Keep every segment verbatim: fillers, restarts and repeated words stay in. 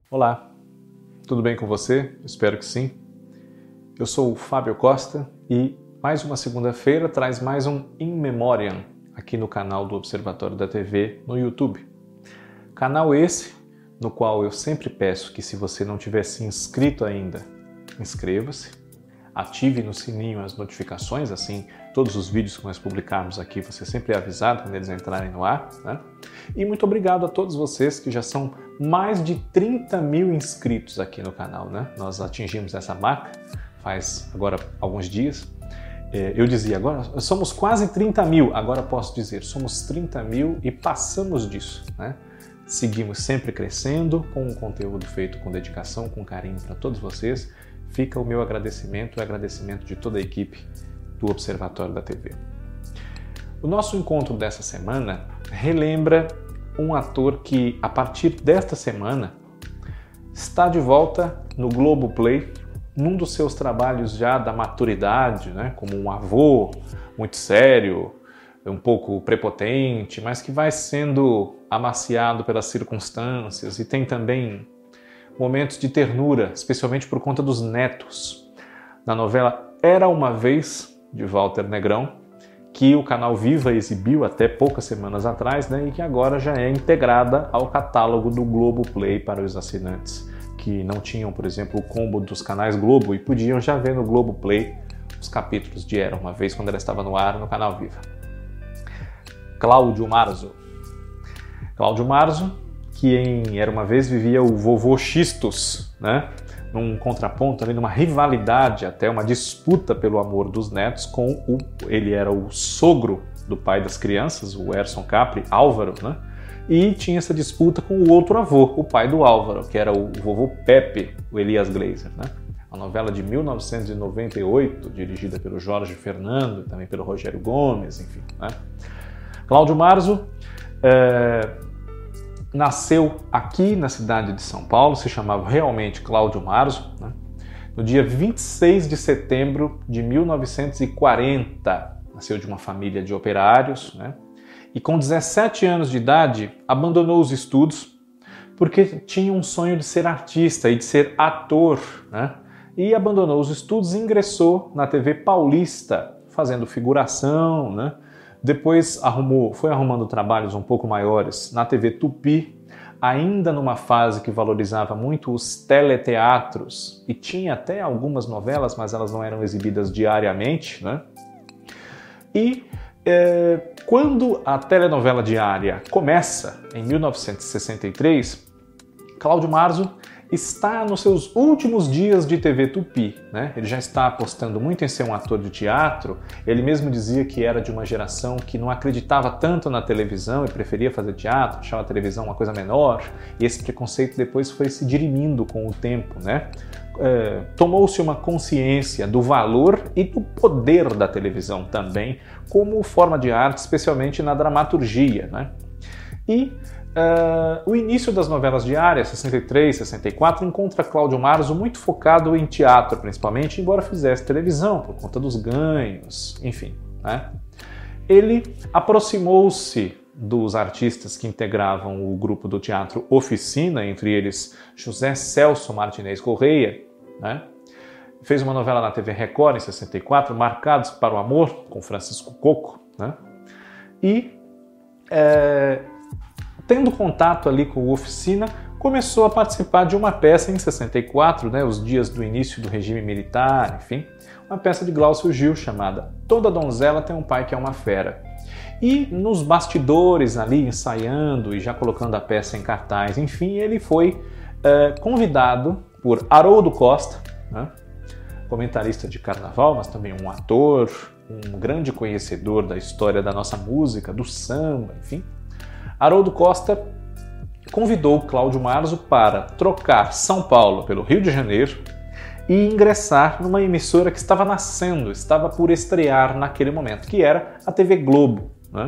Olá, tudo bem com você? Espero que sim. Eu sou o Fábio Costa e mais uma segunda-feira traz mais um In Memoriam aqui no canal do Observatório da T V no YouTube. Canal esse no qual eu sempre peço que, se você não tiver se inscrito ainda, inscreva-se, ative no sininho as notificações, assim todos os vídeos que nós publicarmos aqui você sempre é avisado quando eles entrarem no ar, né? E muito obrigado a todos vocês que já são mais de trinta mil inscritos aqui no canal, né? Nós atingimos essa marca faz agora alguns dias. Eu dizia, agora somos quase trinta mil, agora posso dizer, somos trinta mil e passamos disso, né? Seguimos sempre crescendo com um conteúdo feito com dedicação, com carinho para todos vocês. Fica o meu agradecimento e o agradecimento de toda a equipe do Observatório da T V. O nosso encontro dessa semana relembra um ator que, a partir desta semana, está de volta no Globoplay, num dos seus trabalhos já da maturidade, né, como um avô muito sério, um pouco prepotente, mas que vai sendo amaciado pelas circunstâncias e tem também momentos de ternura, especialmente por conta dos netos. Na novela Era Uma Vez, de Walter Negrão, que o canal Viva exibiu até poucas semanas atrás, né, e que agora já é integrada ao catálogo do Globoplay para os assinantes que não tinham, por exemplo, o combo dos canais Globo e podiam já ver no Globoplay os capítulos de Era Uma Vez quando ela estava no ar no canal Viva. Cláudio Marzo. Cláudio Marzo, que em Era Uma Vez vivia o vovô Xistos, né? Num contraponto, ali, numa rivalidade, até uma disputa pelo amor dos netos com o... Ele era o sogro do pai das crianças, o Erson Capri, Álvaro, né? E tinha essa disputa com o outro avô, o pai do Álvaro, que era o vovô Pepe, o Elias Glazer, né? Uma novela de mil novecentos e noventa e oito, dirigida pelo Jorge Fernando e também pelo Rogério Gomes, enfim, né? Cláudio Marzo é... nasceu aqui na cidade de São Paulo, se chamava realmente Cláudio Marzo, né? No dia vinte e seis de setembro de mil novecentos e quarenta. Nasceu de uma família de operários, né? E com dezessete anos de idade abandonou os estudos porque tinha um sonho de ser artista e de ser ator, né? E abandonou os estudos e ingressou na T V Paulista, fazendo figuração, né? Depois arrumou, foi arrumando trabalhos um pouco maiores na T V Tupi, ainda numa fase que valorizava muito os teleteatros e tinha até algumas novelas, mas elas não eram exibidas diariamente, né? E é, quando a telenovela diária começa, em mil novecentos e sessenta e três, Cláudio Marzo está nos seus últimos dias de T V Tupi, né? Ele já está apostando muito em ser um ator de teatro. Ele mesmo dizia que era de uma geração que não acreditava tanto na televisão e preferia fazer teatro, achava a televisão uma coisa menor, e esse preconceito depois foi se dirimindo com o tempo, né? É, tomou-se uma consciência do valor e do poder da televisão também como forma de arte, especialmente na dramaturgia, né? E Uh, o início das novelas diárias, sessenta e três, sessenta e quatro, encontra Cláudio Marzo muito focado em teatro, principalmente, embora fizesse televisão, por conta dos ganhos, enfim, né? Ele aproximou-se dos artistas que integravam o grupo do Teatro Oficina, entre eles José Celso Martinez Correia, né? Fez uma novela na T V Record em sessenta e quatro, Marcados para o Amor, com Francisco Coco, né? E... É... tendo contato ali com o Oficina, começou a participar de uma peça em sessenta e quatro, né, os dias do início do regime militar, enfim, uma peça de Glaucio Gil chamada Toda Donzela Tem um Pai que é uma Fera. E nos bastidores ali, ensaiando e já colocando a peça em cartaz, enfim, ele foi é, convidado por Haroldo Costa, né, comentarista de carnaval, mas também um ator, um grande conhecedor da história da nossa música, do samba, enfim. Haroldo Costa convidou Cláudio Marzo para trocar São Paulo pelo Rio de Janeiro e ingressar numa emissora que estava nascendo, estava por estrear naquele momento, que era a T V Globo, né?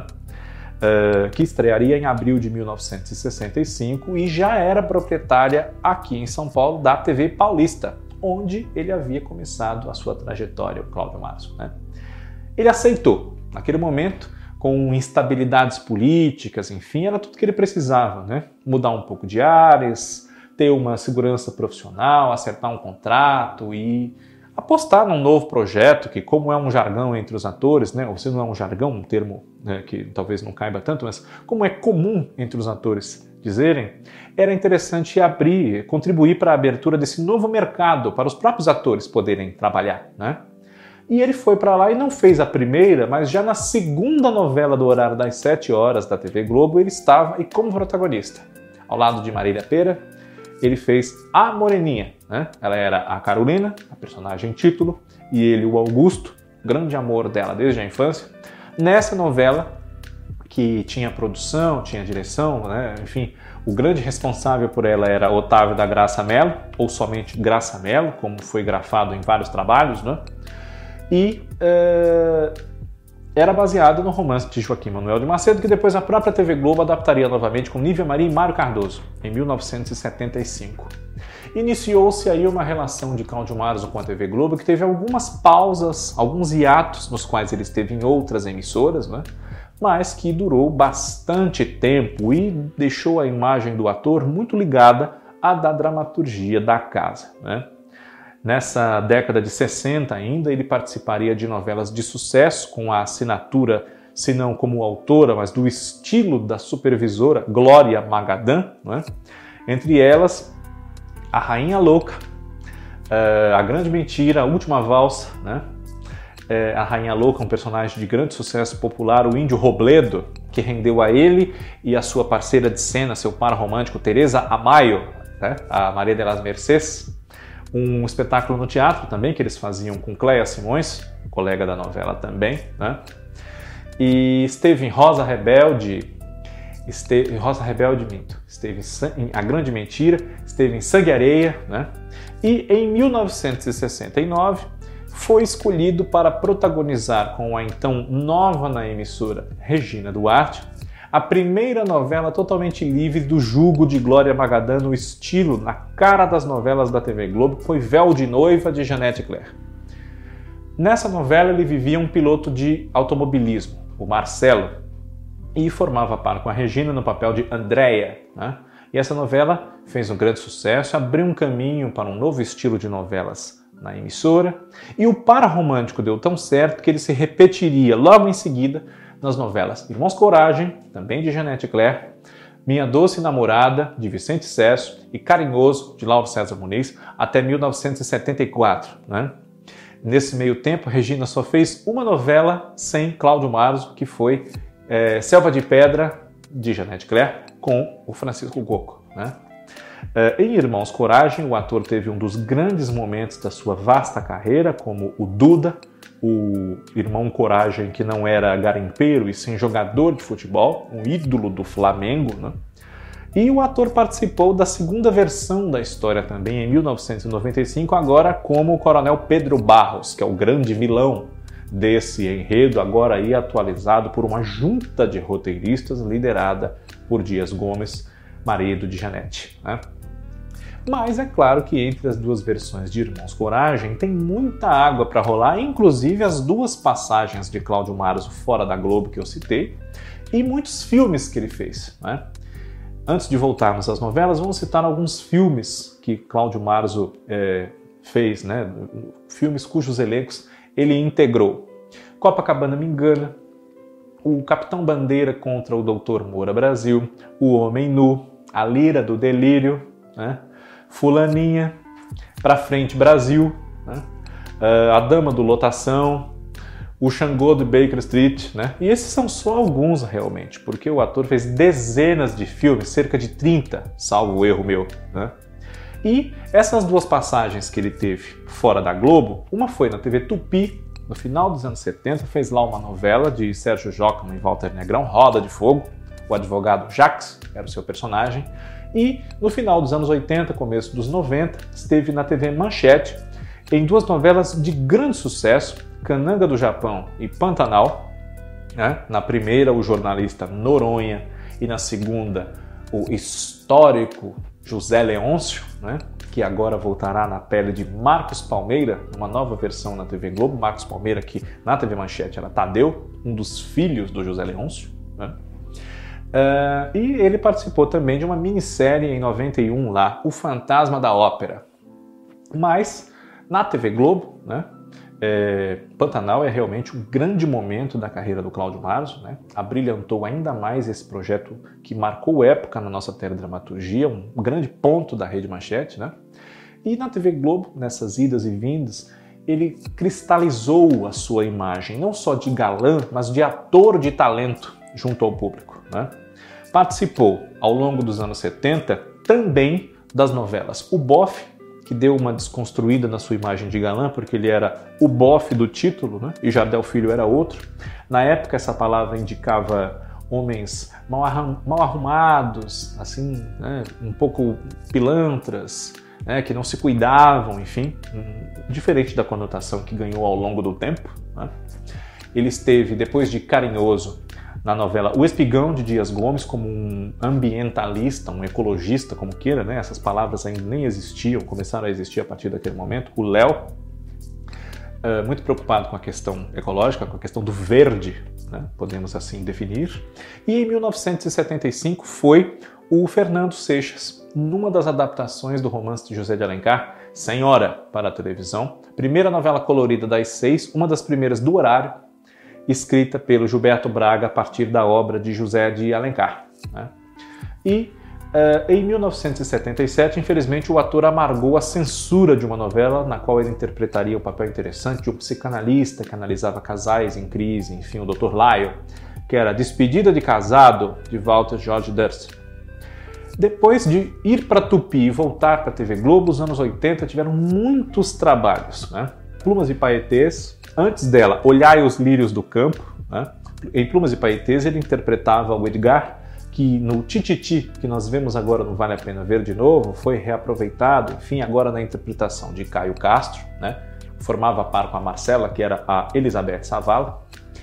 Uh, que estrearia em abril de mil novecentos e sessenta e cinco e já era proprietária aqui em São Paulo da T V Paulista, onde ele havia começado a sua trajetória, o Cláudio Marzo, né? Ele aceitou, naquele momento, com instabilidades políticas, enfim, era tudo que ele precisava, né? Mudar um pouco de ares, ter uma segurança profissional, acertar um contrato e apostar num novo projeto que, como é um jargão entre os atores, né, ou se não é um jargão, um termo, né, que talvez não caiba tanto, mas como é comum entre os atores dizerem, era interessante abrir, contribuir para a abertura desse novo mercado, para os próprios atores poderem trabalhar, né? E ele foi para lá e não fez a primeira, mas já na segunda novela do horário das sete horas da T V Globo, ele estava e como protagonista. Ao lado de Marília Pêra, ele fez a Moreninha, né? Ela era a Carolina, a personagem título, e ele o Augusto, grande amor dela desde a infância. Nessa novela, que tinha produção, tinha direção, né? Enfim, o grande responsável por ela era Otávio da Graça Mello, ou somente Graça Mello, como foi grafado em vários trabalhos, né? E é, era baseado no romance de Joaquim Manuel de Macedo, que depois a própria T V Globo adaptaria novamente com Nívia Maria e Mário Cardoso, em mil novecentos e setenta e cinco. Iniciou-se aí uma relação de Cláudio Marzo com a T V Globo, que teve algumas pausas, alguns hiatos, nos quais ele esteve em outras emissoras, né? Mas que durou bastante tempo e deixou a imagem do ator muito ligada à da dramaturgia da casa, né? Nessa década de sessenta ainda, ele participaria de novelas de sucesso com a assinatura, se não como autora, mas do estilo da supervisora Glória Magadã, né? Entre elas, A Rainha Louca, A Grande Mentira, A Última Valsa, né? A Rainha Louca, um personagem de grande sucesso popular, o Índio Robledo, que rendeu a ele e a sua parceira de cena, seu par romântico, Teresa Amayo, né? A Maria de las Mercês. Um espetáculo no teatro também, que eles faziam com Cléia Simões, colega da novela também, né? E esteve em Rosa Rebelde, esteve, Rosa Rebelde, minto, esteve em A Grande Mentira, esteve em Sangue e Areia, né? E em mil novecentos e sessenta e nove foi escolhido para protagonizar com a então nova na emissora Regina Duarte, a primeira novela totalmente livre do jugo de Glória Magadã no estilo, na cara das novelas da T V Globo, foi Véu de Noiva, de Jeanette Claire. Nessa novela ele vivia um piloto de automobilismo, o Marcelo, e formava par com a Regina no papel de Andréia, né? E essa novela fez um grande sucesso, abriu um caminho para um novo estilo de novelas na emissora, e o par romântico deu tão certo que ele se repetiria logo em seguida nas novelas Irmãos Coragem, também de Jeanette Claire, Minha Doce Namorada, de Vicente Sesso, e Carinhoso, de Lauro César Muniz, até mil novecentos e setenta e quatro, né? Nesse meio tempo, Regina só fez uma novela sem Cláudio Marzo, que foi é, Selva de Pedra, de Jeanette Claire, com o Francisco Coco, né? É, em Irmãos Coragem, o ator teve um dos grandes momentos da sua vasta carreira, como o Duda, o irmão Coragem, que não era garimpeiro e sim jogador de futebol, um ídolo do Flamengo, né? E o ator participou da segunda versão da história também, em mil novecentos e noventa e cinco, agora como o Coronel Pedro Barros, que é o grande vilão desse enredo, agora aí atualizado por uma junta de roteiristas liderada por Dias Gomes, marido de Jeanette, né? Mas é claro que entre as duas versões de Irmãos Coragem tem muita água para rolar, inclusive as duas passagens de Cláudio Marzo fora da Globo que eu citei, e muitos filmes que ele fez, né? Antes de voltarmos às novelas, vamos citar alguns filmes que Cláudio Marzo é, fez, né? Filmes cujos elencos ele integrou. Copacabana Me Engana, o Capitão Bandeira contra o doutor Moura Brasil, O Homem Nu, A Lira do Delírio, né? Fulaninha, Pra Frente Brasil, né? uh, A Dama do Lotação, O Xangô de Baker Street, né? E esses são só alguns realmente, porque o ator fez dezenas de filmes, cerca de trinta, salvo o erro meu, né? E essas duas passagens que ele teve fora da Globo, uma foi na T V Tupi, no final dos anos setenta, fez lá uma novela de Sérgio Jocman e Walter Negrão, Roda de Fogo, o advogado Jacques, era o seu personagem, e no final dos anos oitenta, começo dos noventa, esteve na T V Manchete em duas novelas de grande sucesso, Cananga do Japão e Pantanal, né? Na primeira, o jornalista Noronha, e na segunda, o histórico José Leôncio, né? Que agora voltará na pele de Marcos Palmeira, uma nova versão na T V Globo. Marcos Palmeira, que na T V Manchete era Tadeu, um dos filhos do José Leôncio, né? Uh, e ele participou também de uma minissérie em noventa e um lá, O Fantasma da Ópera. Mas, na T V Globo, né, é, Pantanal é realmente um grande momento da carreira do Cláudio Marzo, né, abrilhantou ainda mais esse projeto que marcou época na nossa teledramaturgia, um grande ponto da Rede Manchete, né, e na T V Globo, nessas idas e vindas, ele cristalizou a sua imagem, não só de galã, mas de ator de talento junto ao público, né? Participou, ao longo dos anos setenta, também das novelas O Bofe, que deu uma desconstruída na sua imagem de galã, porque ele era o bofe do título, né? E Jardel Filho era outro. Na época, essa palavra indicava homens mal, arrum mal arrumados, assim, né? Um pouco pilantras, né? Que não se cuidavam, enfim, um, diferente da conotação que ganhou ao longo do tempo, né? Ele esteve, depois de Carinhoso, na novela O Espigão, de Dias Gomes, como um ambientalista, um ecologista, como queira, né? Essas palavras ainda nem existiam, começaram a existir a partir daquele momento. O Léo, uh, muito preocupado com a questão ecológica, com a questão do verde, né? Podemos assim definir. E em mil novecentos e setenta e cinco foi o Fernando Seixas, numa das adaptações do romance de José de Alencar, Senhora, para a televisão. Primeira novela colorida das seis, uma das primeiras do horário, escrita pelo Gilberto Braga a partir da obra de José de Alencar, né? E uh, em mil novecentos e setenta e sete, infelizmente, o ator amargou a censura de uma novela na qual ele interpretaria o papel interessante de um psicanalista que analisava casais em crise, enfim, o doutor Lyle, que era Despedida de Casado, de Walter George Durst. Depois de ir para Tupi e voltar para a T V Globo, os anos oitenta tiveram muitos trabalhos, né? Plumas e Paetês. Antes dela, Olhai os Lírios do Campo, né? Em Plumas e Paetês ele interpretava o Edgar, que no Tititi, que nós vemos agora no Vale a Pena Ver de Novo, foi reaproveitado, enfim, agora na interpretação de Caio Castro, né? Formava par com a Marcela, que era a Elizabeth Savala.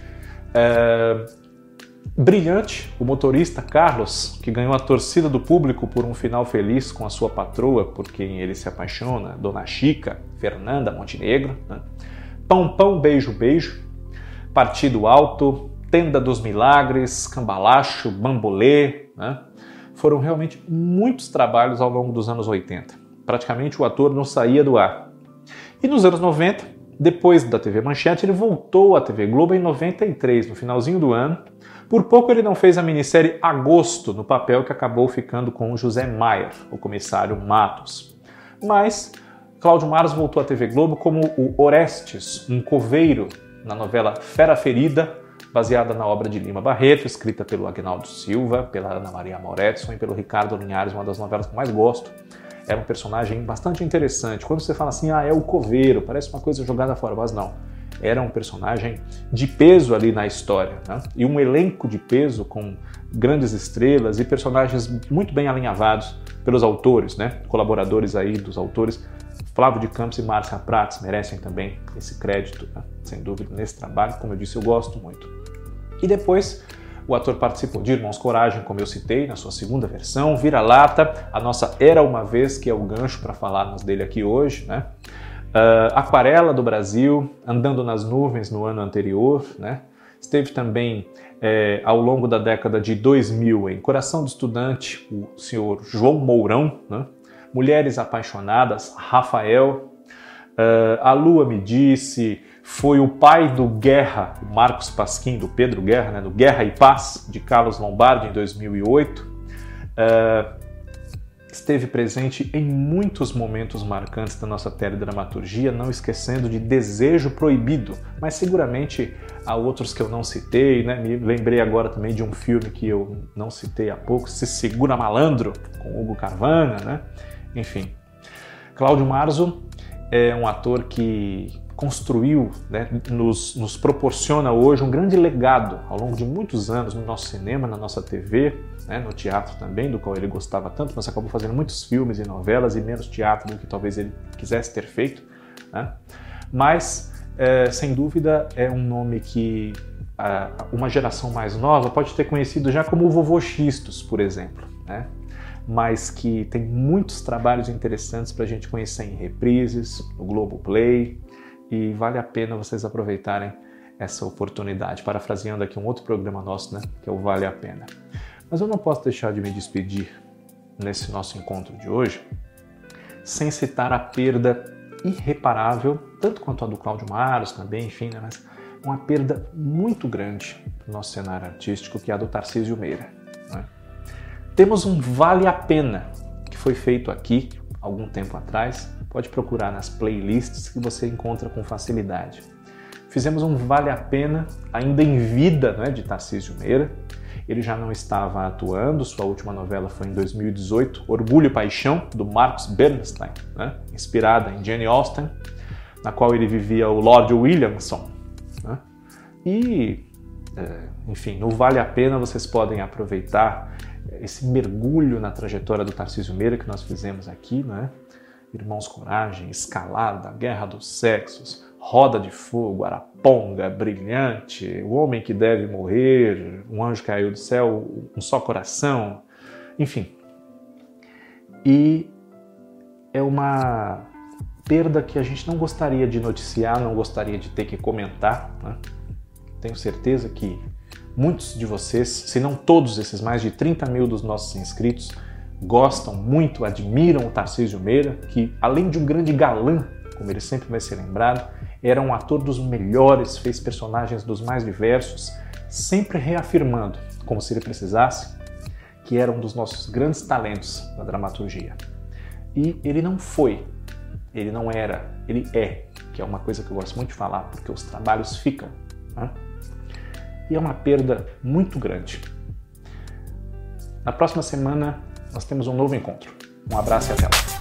É... Brilhante, o motorista Carlos, que ganhou a torcida do público por um final feliz com a sua patroa, por quem ele se apaixona, Dona Chica, Fernanda Montenegro, né? Pão Pão Beijo Beijo, Partido Alto, Tenda dos Milagres, Cambalacho, Bambolê, né? Foram realmente muitos trabalhos ao longo dos anos oitenta. Praticamente o ator não saía do ar. E nos anos noventa, depois da T V Manchete, ele voltou à T V Globo em noventa e três, no finalzinho do ano. Por pouco ele não fez a minissérie Agosto, no papel que acabou ficando com o José Maier, o comissário Matos. Mas Cláudio Marzo voltou à T V Globo como o Orestes, um coveiro, na novela Fera Ferida, baseada na obra de Lima Barreto, escrita pelo Agnaldo Silva, pela Ana Maria Mauretson e pelo Ricardo Linhares, uma das novelas que eu mais gosto. Era um personagem bastante interessante. Quando você fala assim, ah, é o coveiro, parece uma coisa jogada fora, mas não. Era um personagem de peso ali na história, né? E um elenco de peso com grandes estrelas e personagens muito bem alinhavados pelos autores, né? Colaboradores aí dos autores. Flávio de Campos e Márcia Prats merecem também esse crédito, né? Sem dúvida, nesse trabalho. Como eu disse, eu gosto muito. E depois, o ator participou de Irmãos Coragem, como eu citei, na sua segunda versão, Vira-Lata, a nossa Era Uma Vez, que é o gancho para falarmos dele aqui hoje, né? Uh, Aquarela do Brasil, Andando nas Nuvens no ano anterior, né? Esteve também é, ao longo da década de dois mil em Coração do Estudante, o senhor João Mourão, né? Mulheres Apaixonadas, Rafael, uh, A Lua Me Disse, foi o pai do Guerra, o Marcos Pasquim, do Pedro Guerra, né? Do Guerra e Paz, de Carlos Lombardi, em dois mil e oito. Uh, Esteve presente em muitos momentos marcantes da nossa teledramaturgia, não esquecendo de Desejo Proibido, mas seguramente há outros que eu não citei, né? Me lembrei agora também de um filme que eu não citei há pouco, Se Segura Malandro, com Hugo Carvana, né? Enfim, Cláudio Marzo é um ator que construiu, né, nos, nos proporciona hoje um grande legado ao longo de muitos anos no nosso cinema, na nossa T V, né, no teatro também, do qual ele gostava tanto, mas acabou fazendo muitos filmes e novelas e menos teatro do que talvez ele quisesse ter feito, né? Mas, é, sem dúvida, é um nome que a, uma geração mais nova pode ter conhecido já como o Vovô Xistos, por exemplo, né? Mas que tem muitos trabalhos interessantes para a gente conhecer em reprises, no Globoplay, e vale a pena vocês aproveitarem essa oportunidade, parafraseando aqui um outro programa nosso, né, que é o Vale a Pena. Mas eu não posso deixar de me despedir nesse nosso encontro de hoje sem citar a perda irreparável, tanto quanto a do Cláudio Maros também, enfim, né, mas uma perda muito grande no nosso cenário artístico, que é a do Tarcísio Meira. Né? Temos um Vale a Pena, que foi feito aqui algum tempo atrás, pode procurar nas playlists que você encontra com facilidade. Fizemos um Vale a Pena ainda em vida, né, de Tarcísio Meira. Ele já não estava atuando, sua última novela foi em dois mil e dezoito, Orgulho e Paixão, do Marcus Bernstein, né, inspirada em Jane Austen, na qual ele vivia o Lord Williamson. Né? E, enfim, no Vale a Pena vocês podem aproveitar esse mergulho na trajetória do Tarcísio Meira que nós fizemos aqui, né? Irmãos Coragem, Escalada, Guerra dos Sexos, Roda de Fogo, Araponga, Brilhante, O Homem que Deve Morrer, Um Anjo Caiu do Céu, Um Só Coração, enfim. E é uma perda que a gente não gostaria de noticiar, não gostaria de ter que comentar, né? Tenho certeza que muitos de vocês, se não todos esses mais de trinta mil dos nossos inscritos, gostam muito, admiram o Tarcísio Meira, que além de um grande galã, como ele sempre vai ser lembrado, era um ator dos melhores, fez personagens dos mais diversos, sempre reafirmando, como se ele precisasse, que era um dos nossos grandes talentos da dramaturgia. E ele não foi, ele não era, ele é, que é uma coisa que eu gosto muito de falar, porque os trabalhos ficam, né? E é uma perda muito grande. Na próxima semana nós temos um novo encontro. Um abraço e até lá.